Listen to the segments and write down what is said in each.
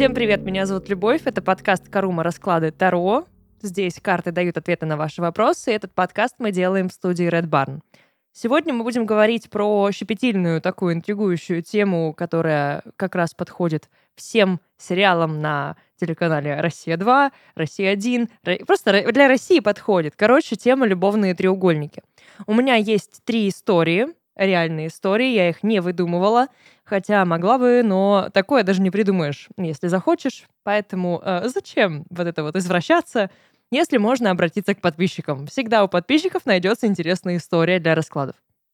Всем привет, меня зовут Любовь, это подкаст «Карума. Расклады Таро». Здесь карты дают ответы на ваши вопросы, и этот подкаст мы делаем в студии Red Barn. Сегодня мы будем говорить про щепетильную, такую интригующую тему, которая как раз подходит всем сериалам на телеканале «Россия-2», «Россия-1». Просто для России подходит. Короче, тема «Любовные треугольники». У меня есть 3 истории, реальные истории, я их не выдумывала, хотя могла бы, но такое даже не придумаешь, если захочешь. Поэтому зачем вот это вот извращаться, если можно обратиться к подписчикам? Всегда у подписчиков найдется интересная история для раскладов.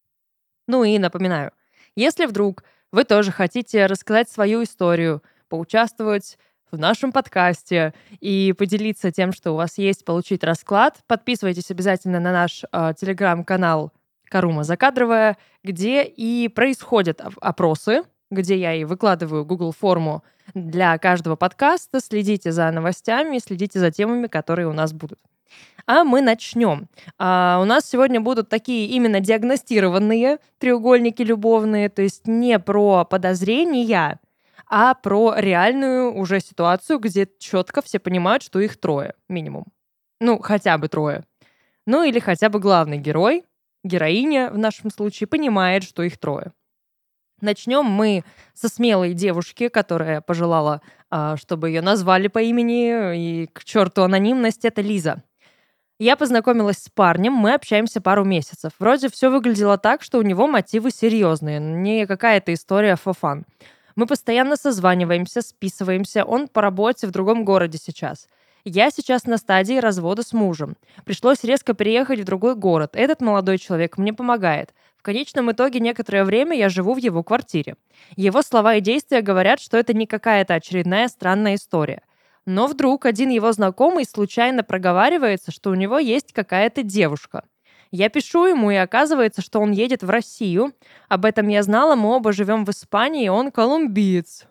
Ну и напоминаю, если вдруг вы тоже хотите рассказать свою историю, поучаствовать в нашем подкасте и поделиться тем, что у вас есть, получить расклад, подписывайтесь обязательно на наш телеграм-канал «Карума Закадровая», где и происходят опросы, где я и выкладываю Google форму для каждого подкаста. Следите за новостями, следите за темами, которые у нас будут. А мы начнем. У нас сегодня будут такие именно диагностированные треугольники любовные, то есть не про подозрения, а про реальную уже ситуацию, где четко все понимают, что их 3 минимум. Ну, хотя бы 3. Ну или хотя бы главный герой, героиня в нашем случае, понимает, что их 3. Начнем мы со смелой девушки, которая пожелала, чтобы ее назвали по имени, и к черту анонимность, это Лиза. Я познакомилась с парнем, мы общаемся пару месяцев. Вроде все выглядело так, что у него мотивы серьезные, не какая-то история for fun. Мы постоянно созваниваемся, списываемся, он по работе в другом городе сейчас. Я сейчас на стадии развода с мужем. Пришлось резко переехать в другой город. Этот молодой человек мне помогает. В конечном итоге некоторое время я живу в его квартире. Его слова и действия говорят, что это не какая-то очередная странная история. Но вдруг один его знакомый случайно проговаривается, что у него есть какая-то девушка. Я пишу ему, и оказывается, что он едет в Россию. Об этом я знала, мы оба живем в Испании, и он колумбиец.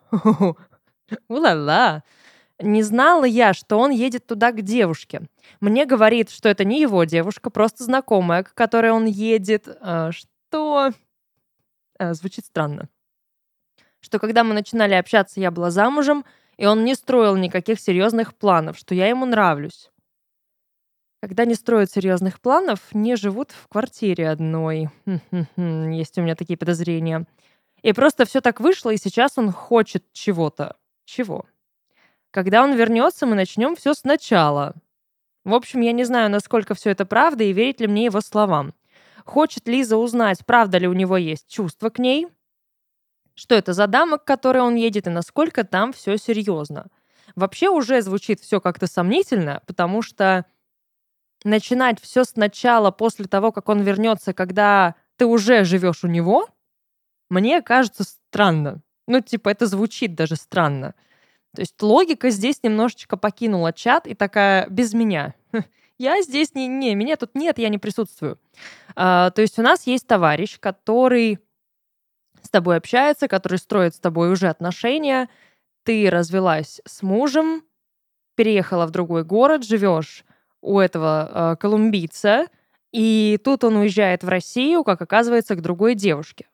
Ула-ла. Не знала я, что он едет туда к девушке. Мне говорит, что это не его девушка, просто знакомая, к которой он едет. Что звучит странно. Что когда мы начинали общаться, я была замужем, и он не строил никаких серьезных планов, что я ему нравлюсь. Когда не строят серьезных планов, не живут в квартире одной. Есть у меня такие подозрения. И просто все так вышло, и сейчас он хочет чего-то. Чего? Когда он вернется, мы начнем все сначала. В общем, я не знаю, насколько все это правда и верить ли мне его словам. Хочет Лиза узнать, правда ли у него есть чувства к ней, что это за дама, к которой он едет, и насколько там все серьезно. Вообще уже звучит все как-то сомнительно, потому что начинать все сначала после того, как он вернется, когда ты уже живешь у него, мне кажется странно. Ну, типа, это звучит даже странно. То есть логика здесь немножечко покинула чат и такая без меня. Я здесь меня тут нет, я не присутствую. То есть у нас есть товарищ, который с тобой общается, который строит с тобой уже отношения. Ты развелась с мужем, переехала в другой город, живешь у этого колумбийца, и тут он уезжает в Россию, как оказывается, к другой девушке.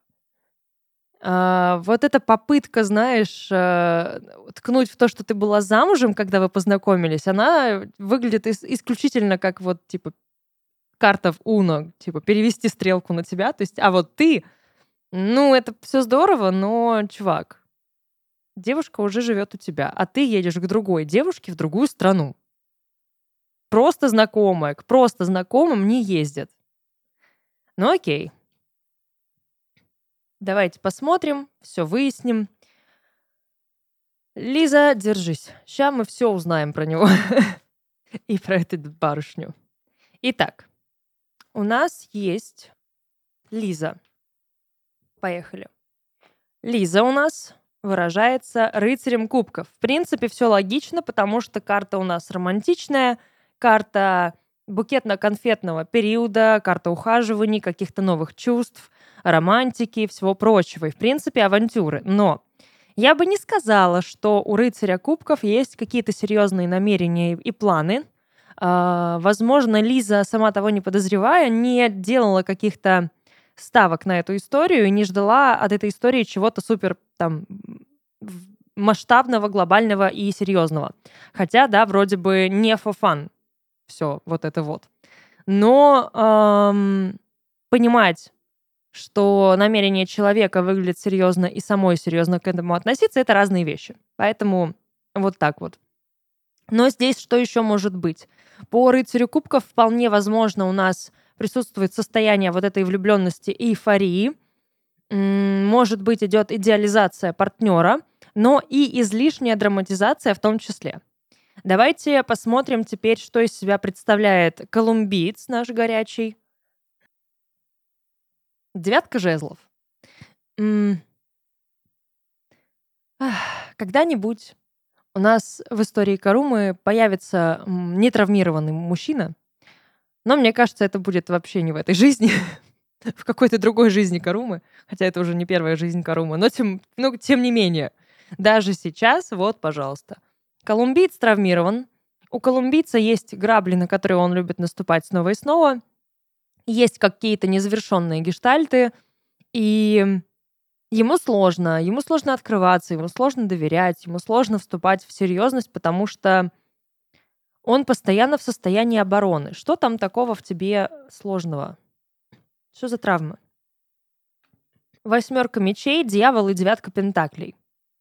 Вот эта попытка, знаешь, ткнуть в то, что ты была замужем, когда вы познакомились, она выглядит исключительно как вот, типа, карта в Uno, типа, перевести стрелку на тебя. То есть, а вот ты, ну, это все здорово, но, чувак, девушка уже живет у тебя, а ты едешь к другой девушке в другую страну. Просто знакомая, к просто знакомым не ездят. Ну, окей. Давайте посмотрим, все выясним. Лиза, держись. Сейчас мы все узнаем про него и про эту барышню. Итак, у нас есть Лиза. Поехали. Лиза у нас выражается рыцарем кубков. В принципе, все логично, потому что карта у нас романтичная, карта букетно-конфетного периода, карта ухаживаний, каких-то новых чувств, романтики и всего прочего. И, в принципе, авантюры. Но я бы не сказала, что у рыцаря кубков есть какие-то серьезные намерения и планы. Возможно, Лиза, сама того не подозревая, не делала каких-то ставок на эту историю и не ждала от этой истории чего-то супер там масштабного, глобального и серьезного. Хотя, да, вроде бы не for fun все вот это вот. Но понимать, что намерение человека выглядит серьезно и самой серьезно к этому относиться, это разные вещи. Поэтому вот так вот. Но здесь что еще может быть? По рыцарю кубков вполне возможно у нас присутствует состояние вот этой влюбленности и эйфории. Может быть, идет идеализация партнера, но и излишняя драматизация в том числе. Давайте посмотрим теперь, что из себя представляет колумбиец наш горячий. Девятка жезлов. Когда-нибудь у нас в истории Карумы появится нетравмированный мужчина, но мне кажется, это будет вообще не в этой жизни, в какой-то другой жизни Карумы, хотя это уже не первая жизнь Карумы, но тем не менее, даже сейчас, вот, пожалуйста. Колумбиец травмирован, у колумбийца есть грабли, на которые он любит наступать снова и снова, есть какие-то незавершенные гештальты, и ему сложно открываться, ему сложно доверять, ему сложно вступать в серьезность, потому что он постоянно в состоянии обороны. Что там такого в тебе сложного? Что за травма? 8 мечей, дьявол и 9 пентаклей.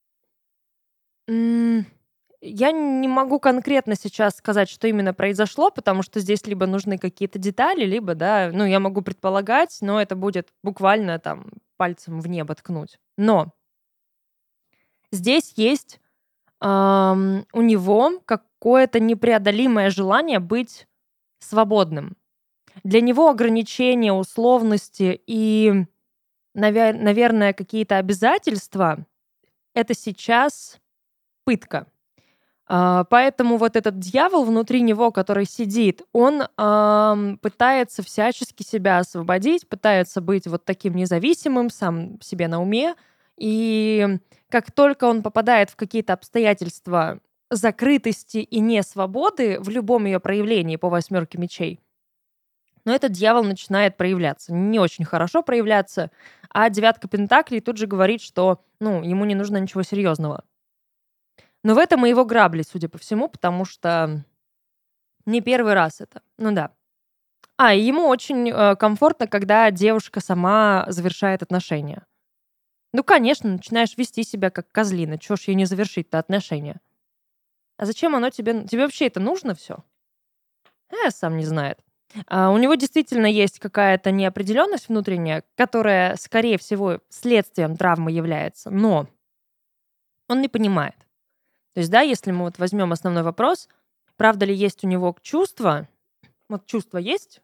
Я не могу конкретно сейчас сказать, что именно произошло, потому что здесь либо нужны какие-то детали, либо, да, я могу предполагать, но это будет буквально там пальцем в небо ткнуть. Но здесь есть у него какое-то непреодолимое желание быть свободным. Для него ограничения, условности и, наверное, какие-то обязательства — это сейчас пытка. Поэтому вот этот дьявол внутри него, который сидит, он пытается всячески себя освободить, пытается быть вот таким независимым, сам себе на уме. И как только он попадает в какие-то обстоятельства закрытости и несвободы в любом ее проявлении по 8 мечей, но этот дьявол начинает проявляться. Не очень хорошо проявляться. А 9 пентаклей тут же говорит, что ему не нужно ничего серьезного. Но в этом и его грабли, судя по всему, потому что не первый раз это. Ну да. И ему очень комфортно, когда девушка сама завершает отношения. Конечно, начинаешь вести себя как козлина. Чего ж ей не завершить-то отношения? А зачем оно тебе? Тебе вообще это нужно все? Сам не знает. У него действительно есть какая-то неопределенность внутренняя, которая, скорее всего, следствием травмы является, но он не понимает. То есть, да, если мы вот возьмем основной вопрос, правда ли есть у него чувства? Вот чувства есть?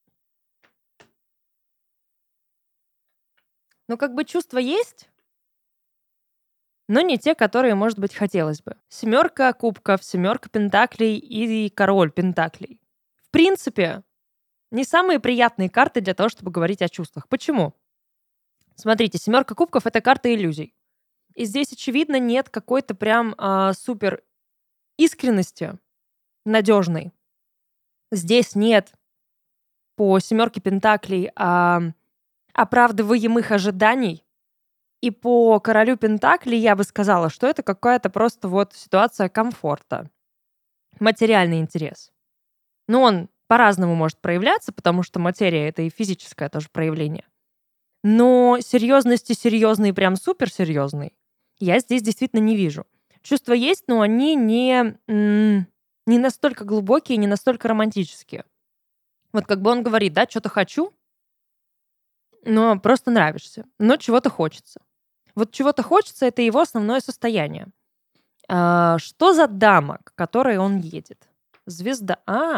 Чувства есть, но не те, которые, может быть, хотелось бы. 7 кубков, 7 пентаклей и король пентаклей. В принципе, не самые приятные карты для того, чтобы говорить о чувствах. Почему? Смотрите, 7 кубков — это карта иллюзий. И здесь, очевидно, нет какой-то прям супер искренности надежной. Здесь нет по 7 пентаклей оправдываемых ожиданий. И по королю пентаклей я бы сказала, что это какая-то просто вот ситуация комфорта. Материальный интерес. Он по-разному может проявляться, потому что материя — это и физическое тоже проявление. Но серьезный, прям суперсерьезный, я здесь действительно не вижу. Чувства есть, но они не настолько глубокие, не настолько романтические. Вот как бы он говорит, да, что-то хочу, но просто нравишься, но чего-то хочется. Вот чего-то хочется — это его основное состояние. Что за дама, к которой он едет? Звезда.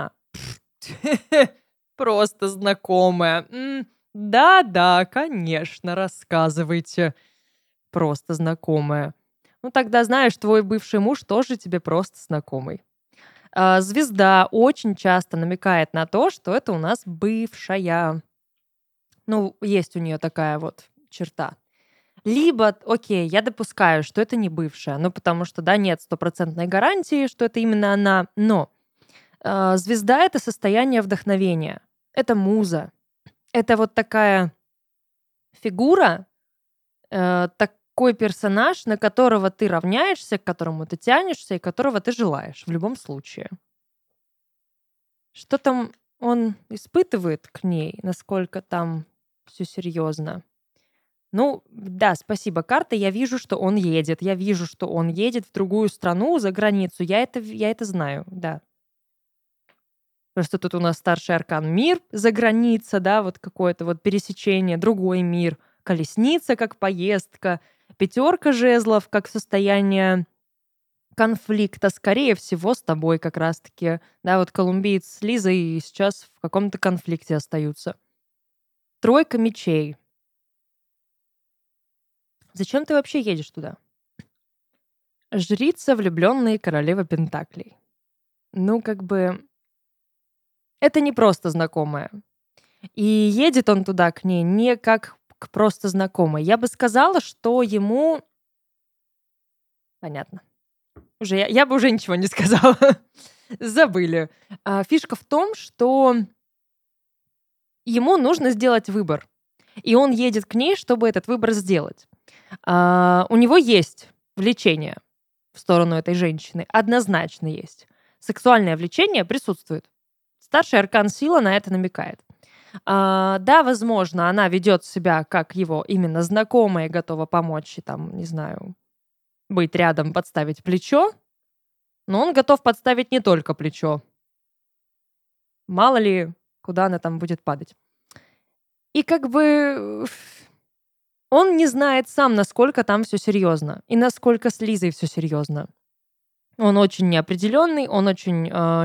Просто знакомая. Да, конечно, рассказывайте. Просто знакомая. Тогда, знаешь, твой бывший муж тоже тебе просто знакомый. Звезда очень часто намекает на то, что это у нас бывшая. Есть у нее такая вот черта. Либо, окей, я допускаю, что это не бывшая, потому что, да, нет стопроцентной гарантии, что это именно она, но звезда — это состояние вдохновения, это муза, это вот такая фигура, такой персонаж, на которого ты равняешься, к которому ты тянешься и которого ты желаешь в любом случае. Что там он испытывает к ней, насколько там все серьезно? Ну, да, спасибо, карта. Я вижу, что он едет. Я вижу, что он едет в другую страну, за границу. Я это знаю, да. Просто тут у нас старший аркан мир, за граница, да, вот какое-то вот пересечение, другой мир. Колесница как поездка, пятерка жезлов как состояние конфликта, скорее всего, с тобой как раз-таки. Да, вот колумбиец с Лизой сейчас в каком-то конфликте остаются. Тройка мечей. Зачем ты вообще едешь туда? Жрица, влюбленная королева Пентаклей. Ну, как бы, это не просто знакомая. И едет он туда к ней не как к просто знакомой. Я бы сказала, что ему... Понятно. Я бы уже ничего не сказала. Забыли. Фишка в том, что ему нужно сделать выбор. И он едет к ней, чтобы этот выбор сделать. У него есть влечение в сторону этой женщины. Однозначно есть. Сексуальное влечение присутствует. Старший аркан сила на это намекает. Да, возможно, она ведет себя как его именно знакомая, готова помочь и там, не знаю, быть рядом, подставить плечо. Но он готов подставить не только плечо. Мало ли, куда она там будет падать. И как бы он не знает сам, насколько там все серьезно и насколько с Лизой все серьезно. Он очень неопределенный, он очень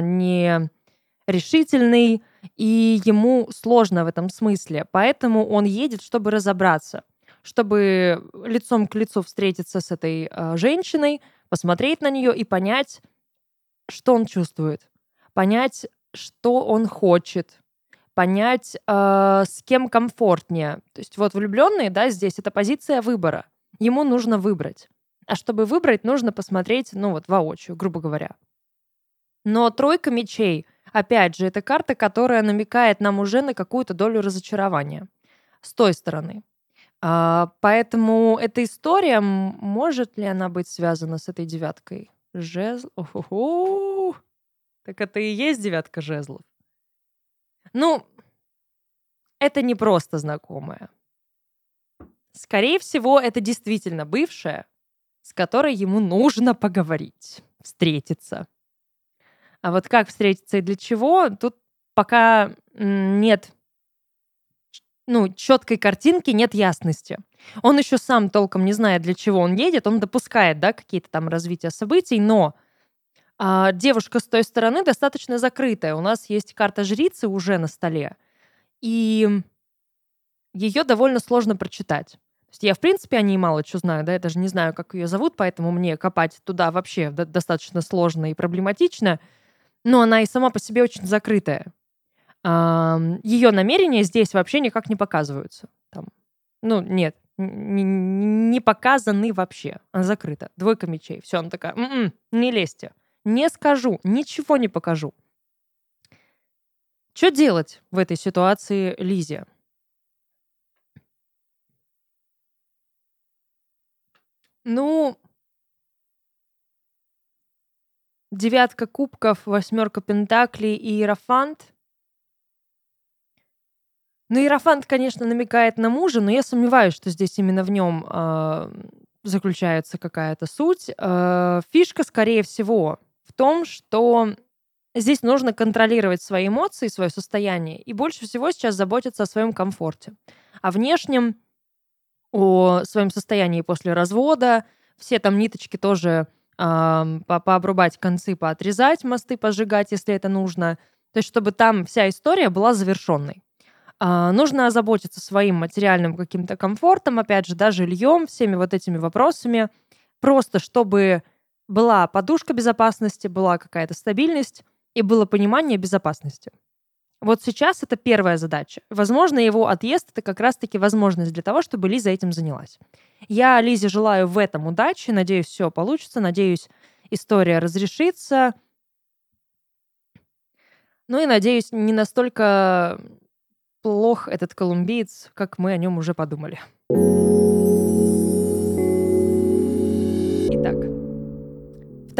нерешительный, и ему сложно в этом смысле. Поэтому он едет, чтобы разобраться, чтобы лицом к лицу встретиться с этой женщиной, посмотреть на нее и понять, что он чувствует, понять, что он хочет, понять, с кем комфортнее. То есть вот влюбленные, да, здесь это позиция выбора. Ему нужно выбрать. А чтобы выбрать, нужно посмотреть, ну вот, воочию, грубо говоря. Но тройка мечей, опять же, это карта, которая намекает нам уже на какую-то долю разочарования с той стороны. Поэтому эта история, может ли она быть связана с этой девяткой? Жезл. Охо-хо. Так это и есть девятка жезлов. Ну, это не просто знакомая. Скорее всего, это действительно бывшая, с которой ему нужно поговорить, встретиться. А вот как встретиться и для чего, тут пока нет, четкой картинки, нет ясности. Он еще сам толком не знает, для чего он едет, он допускает, да, какие-то там развития событий, но девушка с той стороны достаточно закрытая. У нас есть карта жрицы уже на столе, и ее довольно сложно прочитать. То есть я, в принципе, о ней мало чего знаю, да, я даже не знаю, как ее зовут, поэтому мне копать туда вообще достаточно сложно и проблематично, но она и сама по себе очень закрытая. Ее намерения здесь вообще никак не показываются. Там, нет, не показаны вообще. Она закрыта. Двойка мечей. Все, она такая, не лезьте. Не скажу, ничего не покажу. Что делать в этой ситуации Лизе? Ну, девятка кубков, восьмерка пентаклей и иерофант. Ну, иерофант, конечно, намекает на мужа, но я сомневаюсь, что здесь именно в нем заключается какая-то суть. Фишка, скорее всего, в том, что здесь нужно контролировать свои эмоции, свое состояние, и больше всего сейчас заботиться о своем комфорте. О внешнем, о своем состоянии после развода, все там ниточки тоже пообрубать, концы поотрезать, мосты пожигать, если это нужно. То есть, чтобы там вся история была завершенной. Нужно озаботиться своим материальным каким-то комфортом, опять же, да, жильем, всеми вот этими вопросами. Просто чтобы была подушка безопасности, была какая-то стабильность и было понимание безопасности. Вот сейчас это первая задача. Возможно, его отъезд — это как раз-таки возможность для того, чтобы Лиза этим занялась. Я Лизе желаю в этом удачи. Надеюсь, все получится. Надеюсь, история разрешится. Ну и надеюсь, не настолько плох этот колумбиец, как мы о нем уже подумали.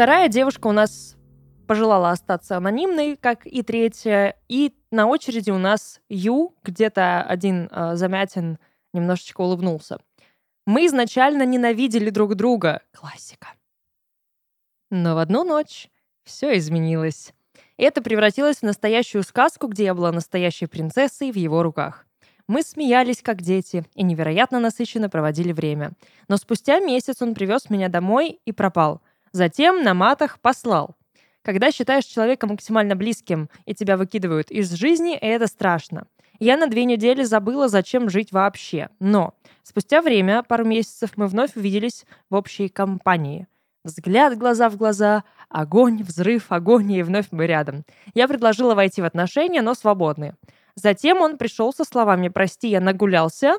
Вторая девушка у нас пожелала остаться анонимной, как и третья. И на очереди у нас Ю, где-то один Замятин немножечко улыбнулся. Мы изначально ненавидели друг друга. Классика. Но в одну ночь все изменилось. И это превратилось в настоящую сказку, где я была настоящей принцессой в его руках. Мы смеялись, как дети, и невероятно насыщенно проводили время. Но спустя месяц он привез меня домой и пропал. Затем на матах послал. Когда считаешь человека максимально близким, и тебя выкидывают из жизни, это страшно. Я на 2 недели забыла, зачем жить вообще. Но спустя время, пару месяцев, мы вновь увиделись в общей компании. Взгляд глаза в глаза, огонь, взрыв, огонь, и вновь мы рядом. Я предложила войти в отношения, но свободные. Затем он пришел со словами «Прости, я нагулялся».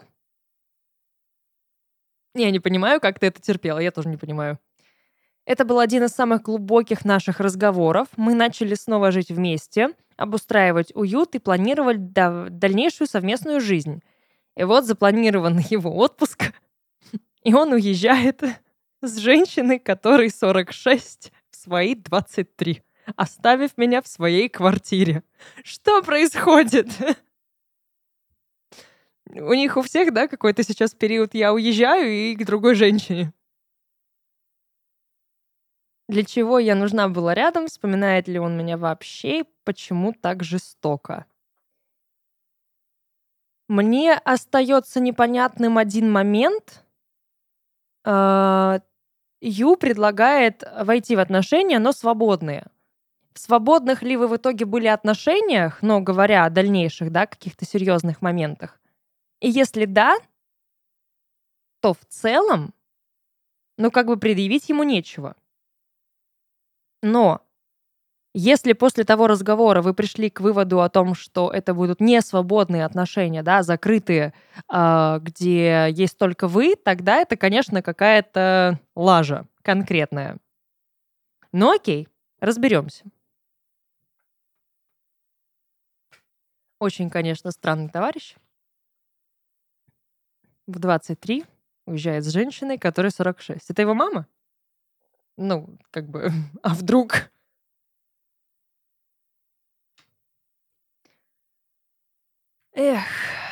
Я не понимаю, как ты это терпела, я тоже не понимаю. Это был один из самых глубоких наших разговоров. Мы начали снова жить вместе, обустраивать уют и планировать дальнейшую совместную жизнь. И вот запланирован его отпуск, и он уезжает с женщиной, которой 46, в свои 23, оставив меня в своей квартире. Что происходит? У них у всех, да, какой-то сейчас период «я уезжаю» и к другой женщине. Для чего я нужна была рядом? Вспоминает ли он меня вообще? И почему так жестоко? Мне остается непонятным один момент. Ю предлагает войти в отношения, но свободные. В свободных ли вы в итоге были отношениях, но говоря о дальнейших, да, каких-то серьезных моментах? И если да, то в целом, как бы предъявить ему нечего. Но если после того разговора вы пришли к выводу о том, что это будут не свободные отношения, да, закрытые, где есть только вы, тогда это, конечно, какая-то лажа конкретная. Ну окей, разберемся. Очень, конечно, странный товарищ. В 23 уезжает с женщиной, которой 46. Это его мама? А вдруг? Эх.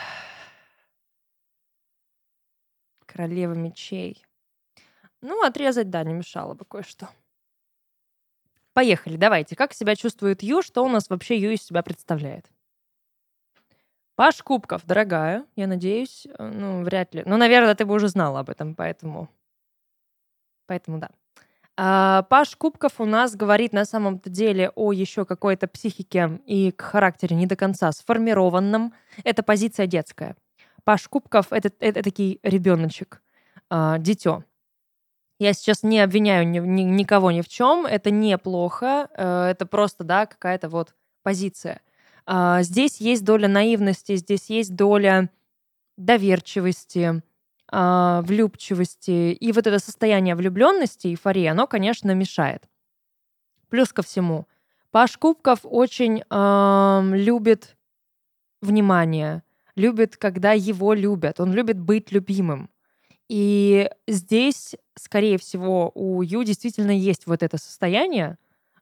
Королева мечей. Отрезать, да, не мешало бы кое-что. Поехали, давайте. Как себя чувствует Ю? Что у нас вообще Ю из себя представляет? Паш кубков, дорогая, я надеюсь. Вряд ли. Наверное, ты бы уже знала об этом, поэтому да. Паш кубков у нас говорит на самом-то деле о еще какой-то психике и к характере не до конца сформированном. Это позиция детская. Паш кубков — это такой ребеночек, дитё. Я сейчас не обвиняю никого ни в чем. Это неплохо. Это просто, да, какая-то вот позиция. Здесь есть доля наивности, здесь есть доля доверчивости, влюбчивости. И вот это состояние влюбленности, эйфории, оно, конечно, мешает. Плюс ко всему, Паш кубков очень любит внимание, любит, когда его любят. Он любит быть любимым. И здесь, скорее всего, у Ю действительно есть вот это состояние.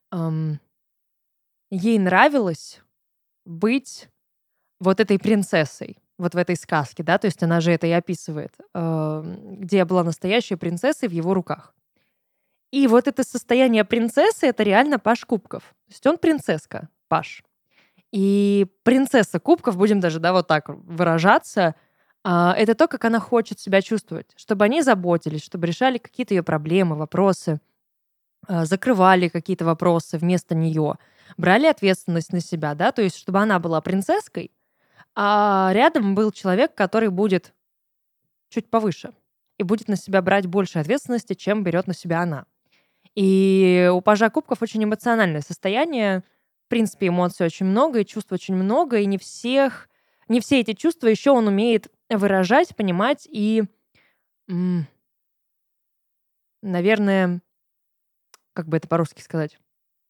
Ей нравилось быть вот этой принцессой, вот в этой сказке, да, то есть она же это и описывает, где я была настоящей принцессой в его руках. И вот это состояние принцессы — это реально Паш кубков. То есть он принцесска, Паш. И принцесса кубков, будем даже, да, вот так выражаться, это то, как она хочет себя чувствовать. Чтобы они заботились, чтобы решали какие-то ее проблемы, вопросы, закрывали какие-то вопросы вместо нее, брали ответственность на себя, да, то есть чтобы она была принцесской, а рядом был человек, который будет чуть повыше и будет на себя брать больше ответственности, чем берет на себя она. И у Пажа кубков очень эмоциональное состояние. В принципе, эмоций очень много, и чувств очень много, и не все эти чувства еще он умеет выражать, понимать и, наверное, как бы это по-русски сказать,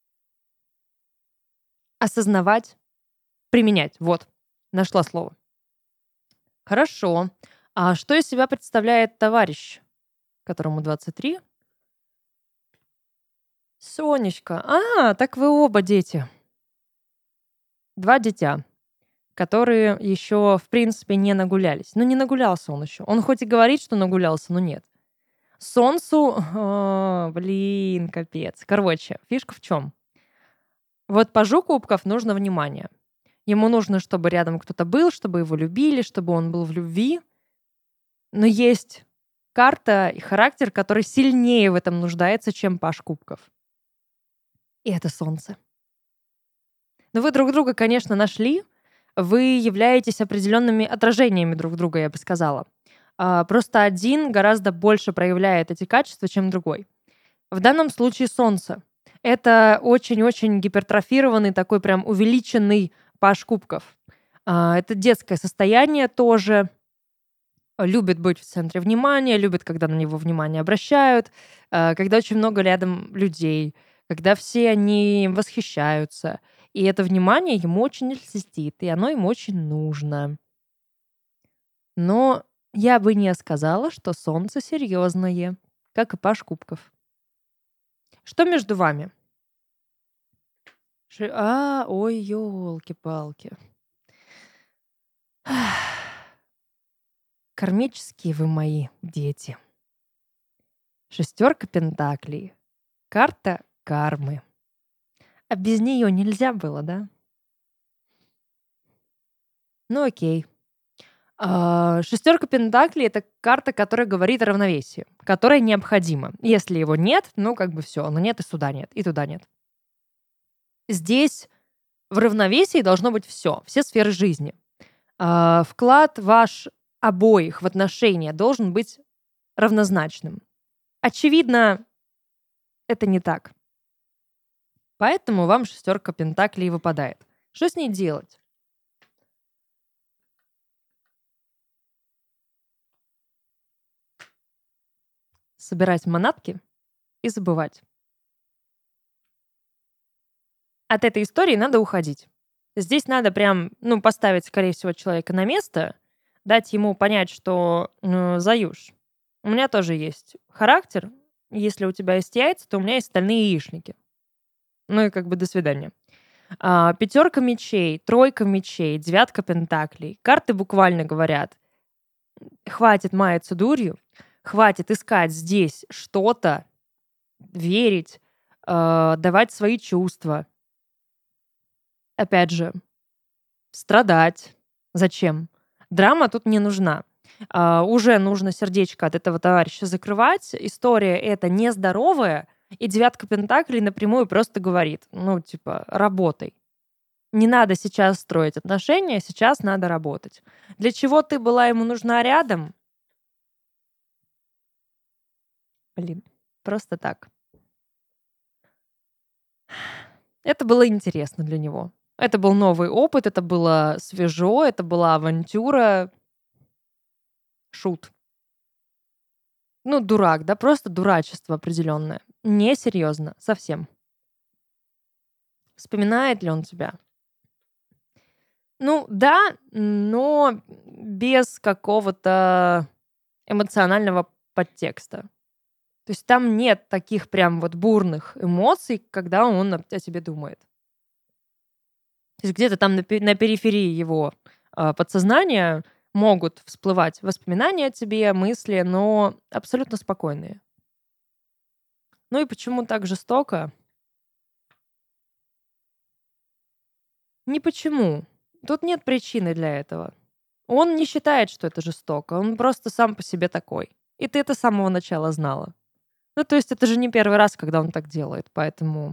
осознавать, применять. Вот, нашла слово. Хорошо. А что из себя представляет товарищ, которому 23? Сонечка. Так вы оба дети. 2 дитя, которые еще, в принципе, не нагулялись. Ну, не нагулялся он еще. Он хоть и говорит, что нагулялся, но нет. Солнцу, блин, капец. Короче, фишка в чем? Вот пажу кубков нужно внимание. Ему нужно, чтобы рядом кто-то был, чтобы его любили, чтобы он был в любви. Но есть карта и характер, который сильнее в этом нуждается, чем паж кубков. И это солнце. Но вы друг друга, конечно, нашли. Вы являетесь определенными отражениями друг друга, я бы сказала. Просто один гораздо больше проявляет эти качества, чем другой. В данном случае солнце. Это очень-очень гипертрофированный, такой прям увеличенный паж кубков. Это детское состояние тоже. Любит быть в центре внимания, любит, когда на него внимание обращают, когда очень много рядом людей, когда все они им восхищаются. И это внимание ему очень льстит, и оно ему очень нужно. Но я бы не сказала, что солнце серьезное, как и паж кубков. Что между вами? Ой, елки-палки. Кармические вы мои дети. 6 пентаклей. Карта кармы. А без нее нельзя было, да? Ну окей. 6 пентаклей — это карта, которая говорит о равновесии, которая необходима. Если его нет, ну как бы все, но нет и сюда нет, и туда нет. Здесь в равновесии должно быть все сферы жизни. Вклад ваш обоих в отношения должен быть равнозначным. Очевидно, это не так. Поэтому вам 6 пентаклей выпадает. Что с ней делать? Собирать манатки и забывать. От этой истории надо уходить. Здесь надо прям, поставить, скорее всего, человека на место, дать ему понять, что, Заюш, у меня тоже есть характер. Если у тебя есть яйца, то у меня есть стальные яичники. Ну и как бы до свидания. 5 мечей, 3 мечей, 9 пентаклей. Карты буквально говорят: хватит маяться дурью, хватит искать здесь что-то, верить, давать свои чувства. Опять же, страдать. Зачем? Драма тут не нужна. Уже нужно сердечко от этого товарища закрывать. История эта нездоровая, и 9 пентаклей напрямую просто говорит, работай. Не надо сейчас строить отношения, сейчас надо работать. Для чего ты была ему нужна рядом? Блин, просто так. Это было интересно для него. Это был новый опыт, это было свежо, это была авантюра. Шут. Дурак, да, просто дурачество определенное. Несерьезно, совсем. Вспоминает ли он тебя? Да, но без какого-то эмоционального подтекста. То есть там нет таких прям вот бурных эмоций, когда он о тебе думает. То есть где-то там на периферии его подсознания могут всплывать воспоминания о тебе, мысли, но абсолютно спокойные. Ну и почему так жестоко? Не почему. Тут нет причины для этого. Он не считает, что это жестоко. Он просто сам по себе такой. И ты это с самого начала знала. То есть это же не первый раз, когда он так делает. Поэтому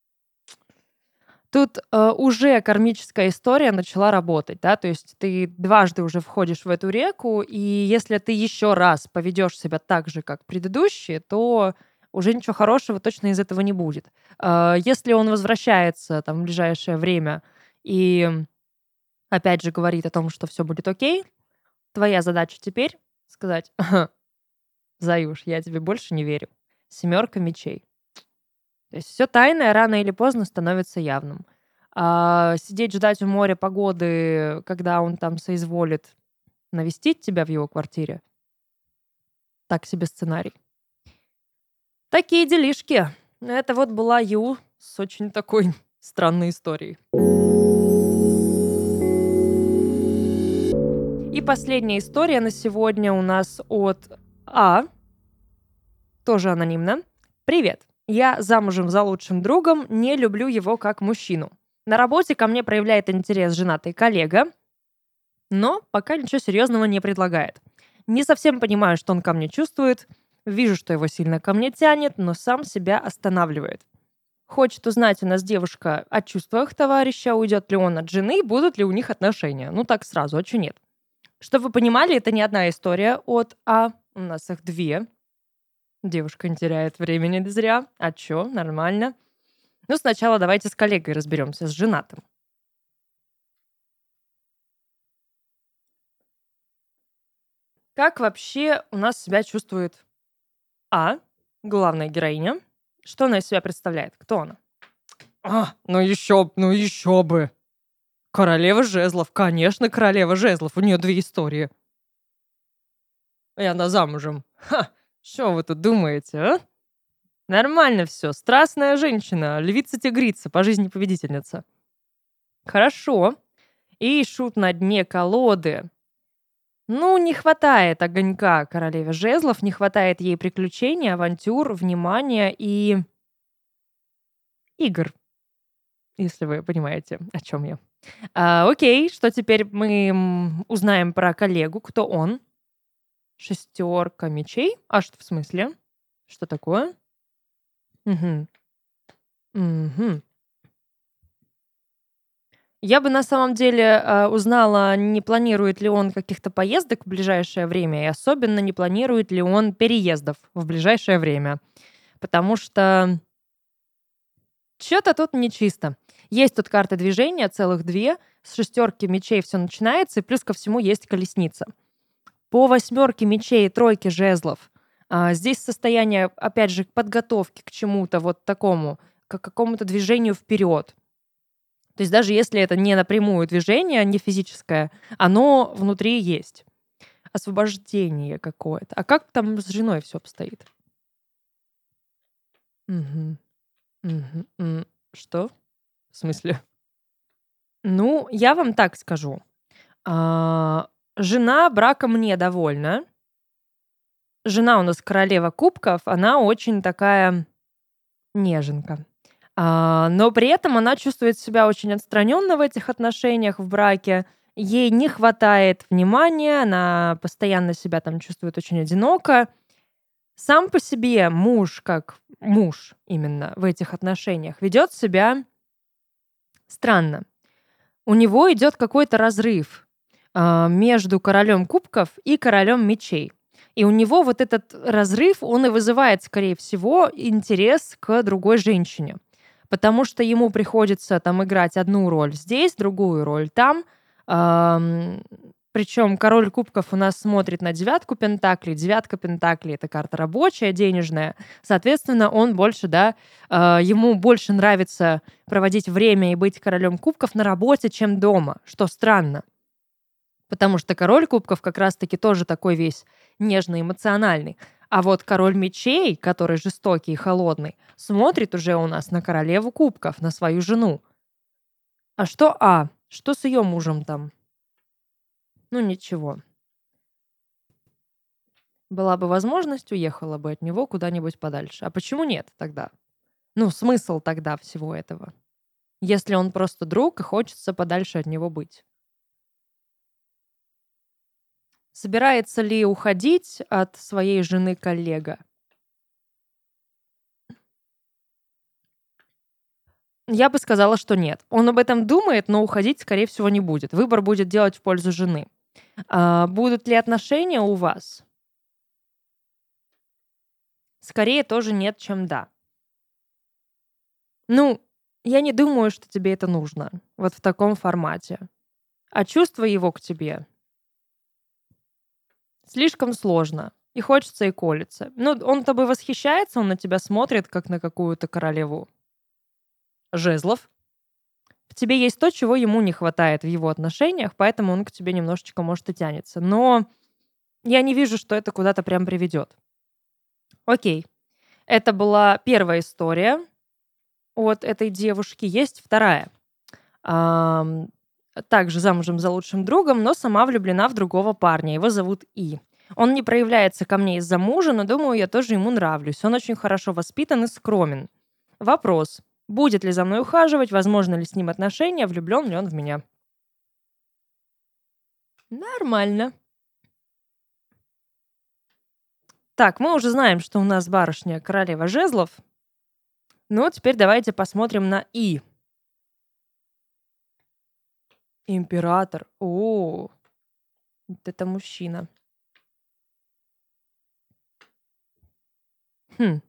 тут уже кармическая история начала работать, да, то есть ты дважды уже входишь в эту реку, и если ты еще раз поведешь себя так же, как предыдущие, то уже ничего хорошего точно из этого не будет. Если он возвращается там в ближайшее время и опять же говорит о том, что все будет окей, твоя задача теперь сказать: «Ага, Заюш, я тебе больше не верю. 7 мечей. То есть все тайное рано или поздно становится явным. Сидеть ждать у моря погоды, когда он там соизволит навестить тебя в его квартире — так себе сценарий. Такие делишки. Это вот была Ю с очень такой странной историей. И последняя история на сегодня у нас от А, тоже анонимно. Привет. Я замужем за лучшим другом, не люблю его как мужчину. На работе ко мне проявляет интерес женатый коллега, но пока ничего серьезного не предлагает. Не совсем понимаю, что он ко мне чувствует. Вижу, что его сильно ко мне тянет, но сам себя останавливает. Хочет узнать у нас девушка о чувствах товарища, уйдет ли он от жены, будут ли у них отношения. Ну так сразу, а чё нет? Чтобы вы понимали, это не одна история от А, у нас их две. Девушка не теряет времени зря. А чё? Нормально. Ну, сначала давайте с коллегой разберемся, с женатым. Как вообще у нас себя чувствует А, главная героиня? Что она из себя представляет? Кто она? Ну еще бы. Королева жезлов. Конечно, королева жезлов. У нее две истории. И она замужем. Ха! Что вы тут думаете, а? Нормально все. Страстная женщина. Львица-тигрица. По жизни победительница. Хорошо. И шут на дне колоды. Ну, не хватает огонька королеве жезлов, не хватает ей приключений, авантюр, внимания и игр, если вы понимаете, о чем я. Окей, что теперь мы узнаем про коллегу, кто он? Шестерка мечей? А что в смысле? Что такое? Угу. Угу. Я бы на самом деле узнала, не планирует ли он каких-то поездок в ближайшее время, и особенно не планирует ли он переездов в ближайшее время. Потому что что-то тут нечисто. Есть тут карты движения, целых две. С шестерки мечей все начинается, и плюс ко всему есть колесница. По восьмерке мечей и тройке жезлов здесь состояние, опять же, подготовки к чему-то вот такому, к какому-то движению вперед. То есть даже если это не напрямую движение, не физическое, оно внутри есть. Освобождение какое-то. А как там с женой все обстоит? Мгм. Что? В смысле? Ну, я вам так скажу. Жена браком недовольна. Жена у нас королева кубков, она очень такая неженка. Но при этом она чувствует себя очень отстраненно в этих отношениях, в браке. Ей не хватает внимания, она постоянно себя там чувствует очень одиноко. Сам по себе муж, как муж именно в этих отношениях, ведет себя странно. У него идет какой-то разрыв между королем кубков и королем мечей. И у него вот этот разрыв, он и вызывает, скорее всего, интерес к другой женщине. Потому что ему приходится там играть одну роль здесь, другую роль там. Причем король кубков у нас смотрит на девятку пентаклей. Девятка пентаклей — это карта рабочая, денежная. Соответственно, он больше, ему больше нравится проводить время и быть королем кубков на работе, чем дома, что странно. Потому что король кубков как раз-таки тоже такой весь нежный, эмоциональный. А вот король мечей, который жестокий и холодный, смотрит уже у нас на королеву кубков, на свою жену. А что Что с ее мужем там? Ну, ничего. Была бы возможность, уехала бы от него куда-нибудь подальше. А почему нет тогда? Ну, смысл тогда всего этого? Если он просто друг и хочется подальше от него быть. Собирается ли уходить от своей жены коллега? Я бы сказала, что нет. Он об этом думает, но уходить, скорее всего, не будет. Выбор будет делать в пользу жены. Будут ли отношения у вас? Скорее тоже нет, чем да. Ну, я не думаю, что тебе это нужно. Вот в таком формате. А чувство его к тебе слишком сложно. И хочется, и колется. Ну, он тобой восхищается, он на тебя смотрит, как на какую-то королеву жезлов. В тебе есть то, чего ему не хватает в его отношениях, поэтому он к тебе немножечко, может, и тянется. Но я не вижу, что это куда-то прям приведет. Окей. Это была первая история от этой девушки. Есть вторая. Ам, Также замужем за лучшим другом, но сама влюблена в другого парня. Его зовут И. Он не проявляется ко мне из-за мужа, но думаю, я тоже ему нравлюсь. Он очень хорошо воспитан и скромен. Вопрос. Будет ли за мной ухаживать, возможно ли с ним отношения, влюблен ли он в меня? Нормально. Так, мы уже знаем, что у нас барышня королева жезлов. Ну, теперь давайте посмотрим на И. Император. О, вот это мужчина. Хм.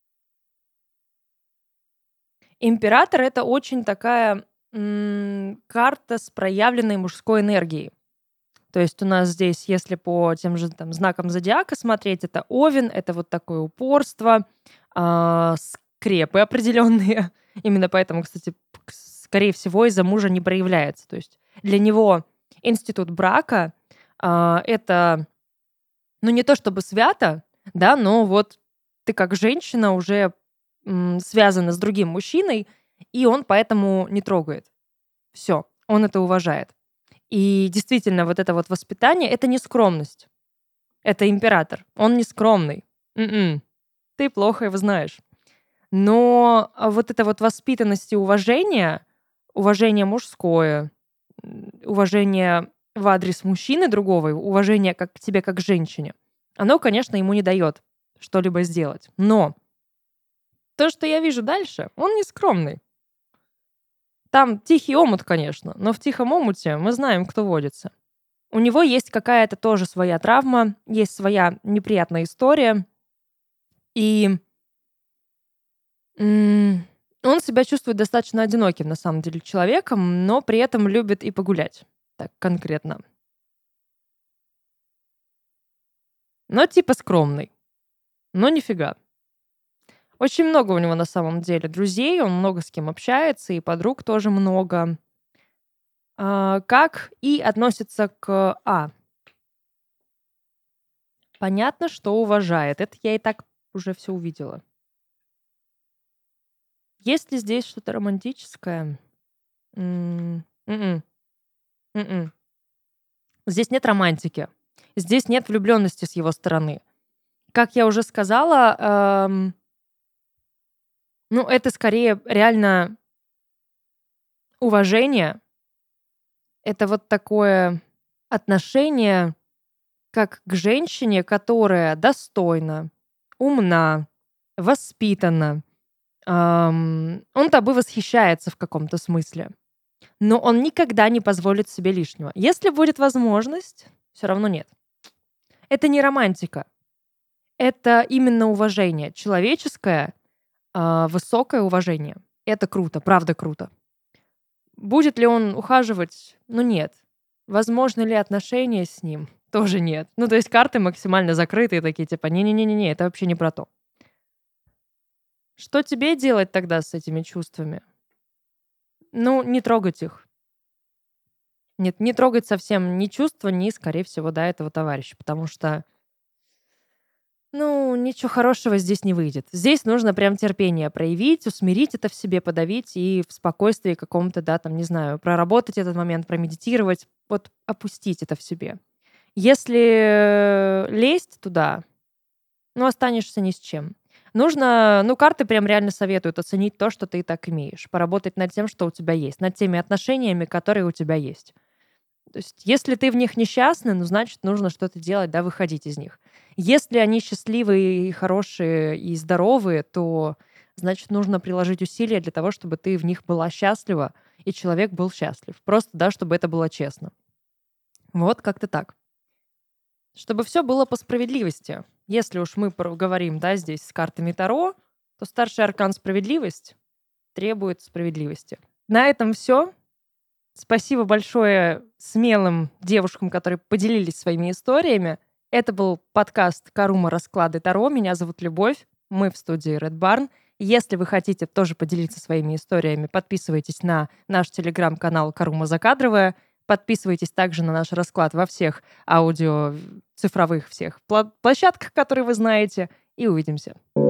Император — это очень такая карта с проявленной мужской энергией. То есть у нас здесь, если по тем же там знакам зодиака смотреть, это Овен, это вот такое упорство, скрепы определенные. Именно поэтому, кстати, скорее всего, из-за мужа не проявляется. То есть для него институт брака это, ну, не то чтобы свято, да, но вот ты как женщина уже связана с другим мужчиной, и он поэтому не трогает. Все, он это уважает. И действительно, вот это вот воспитание — это не скромность. Это император. Он не скромный. Ты плохо его знаешь. Но вот эта вот воспитанность и уважение мужское, уважение в адрес мужчины другого, уважение как к тебе как к женщине, оно, конечно, ему не дает что-либо сделать. Но то, что я вижу дальше, он не скромный. Там тихий омут, конечно, но в тихом омуте мы знаем, кто водится. У него есть какая-то тоже своя травма, есть своя неприятная история, и он себя чувствует достаточно одиноким, на самом деле, человеком, но при этом любит и погулять. Так конкретно. Но типа скромный. Но нифига. Очень много у него на самом деле друзей, он много с кем общается, и подруг тоже много. Как И относится к А? Понятно, что уважает. Это я и так уже все увидела. Есть ли здесь что-то романтическое? М-м. М-м. Здесь нет романтики. Здесь нет влюбленности с его стороны. Как я уже сказала, ну, это скорее реально уважение. Это вот такое отношение как к женщине, которая достойна, умна, воспитана. Он тобой восхищается в каком-то смысле. Но он никогда не позволит себе лишнего. Если будет возможность, все равно нет. Это не романтика. Это именно уважение. Человеческое, высокое уважение. Это круто, правда круто. Будет ли он ухаживать? Ну, нет. Возможно ли отношения с ним? Тоже нет. Ну, то есть карты максимально закрытые, такие типа не-не-не-не, это вообще не про то. Что тебе делать тогда с этими чувствами? Ну, не трогать их. Нет, не трогать совсем ни чувства, ни, скорее всего, да, этого товарища, потому что, ну, ничего хорошего здесь не выйдет. Здесь нужно прям терпение проявить, усмирить это в себе, подавить и в спокойствии каком-то, да, там, не знаю, проработать этот момент, промедитировать, вот опустить это в себе. Если лезть туда, ну, останешься ни с чем. Нужно, ну, карты прям реально советуют оценить то, что ты и так имеешь, поработать над тем, что у тебя есть, над теми отношениями, которые у тебя есть. То есть, если ты в них несчастный, ну, значит, нужно что-то делать, да, выходить из них. Если они счастливые, и хорошие и здоровые, то, значит, нужно приложить усилия для того, чтобы ты в них была счастлива, и человек был счастлив. Просто, да, чтобы это было честно. Вот как-то так. Чтобы все было по справедливости. Если уж мы говорим, да, здесь с картами Таро, то старший аркан справедливость требует справедливости. На этом все. Спасибо большое смелым девушкам, которые поделились своими историями. Это был подкаст «Карума. Расклады Таро». Меня зовут Любовь. Мы в студии Red Barn. Если вы хотите тоже поделиться своими историями, подписывайтесь на наш телеграм-канал «Карума Закадровая». Подписывайтесь также на наш расклад во всех аудио, цифровых всех площадках, которые вы знаете. И увидимся.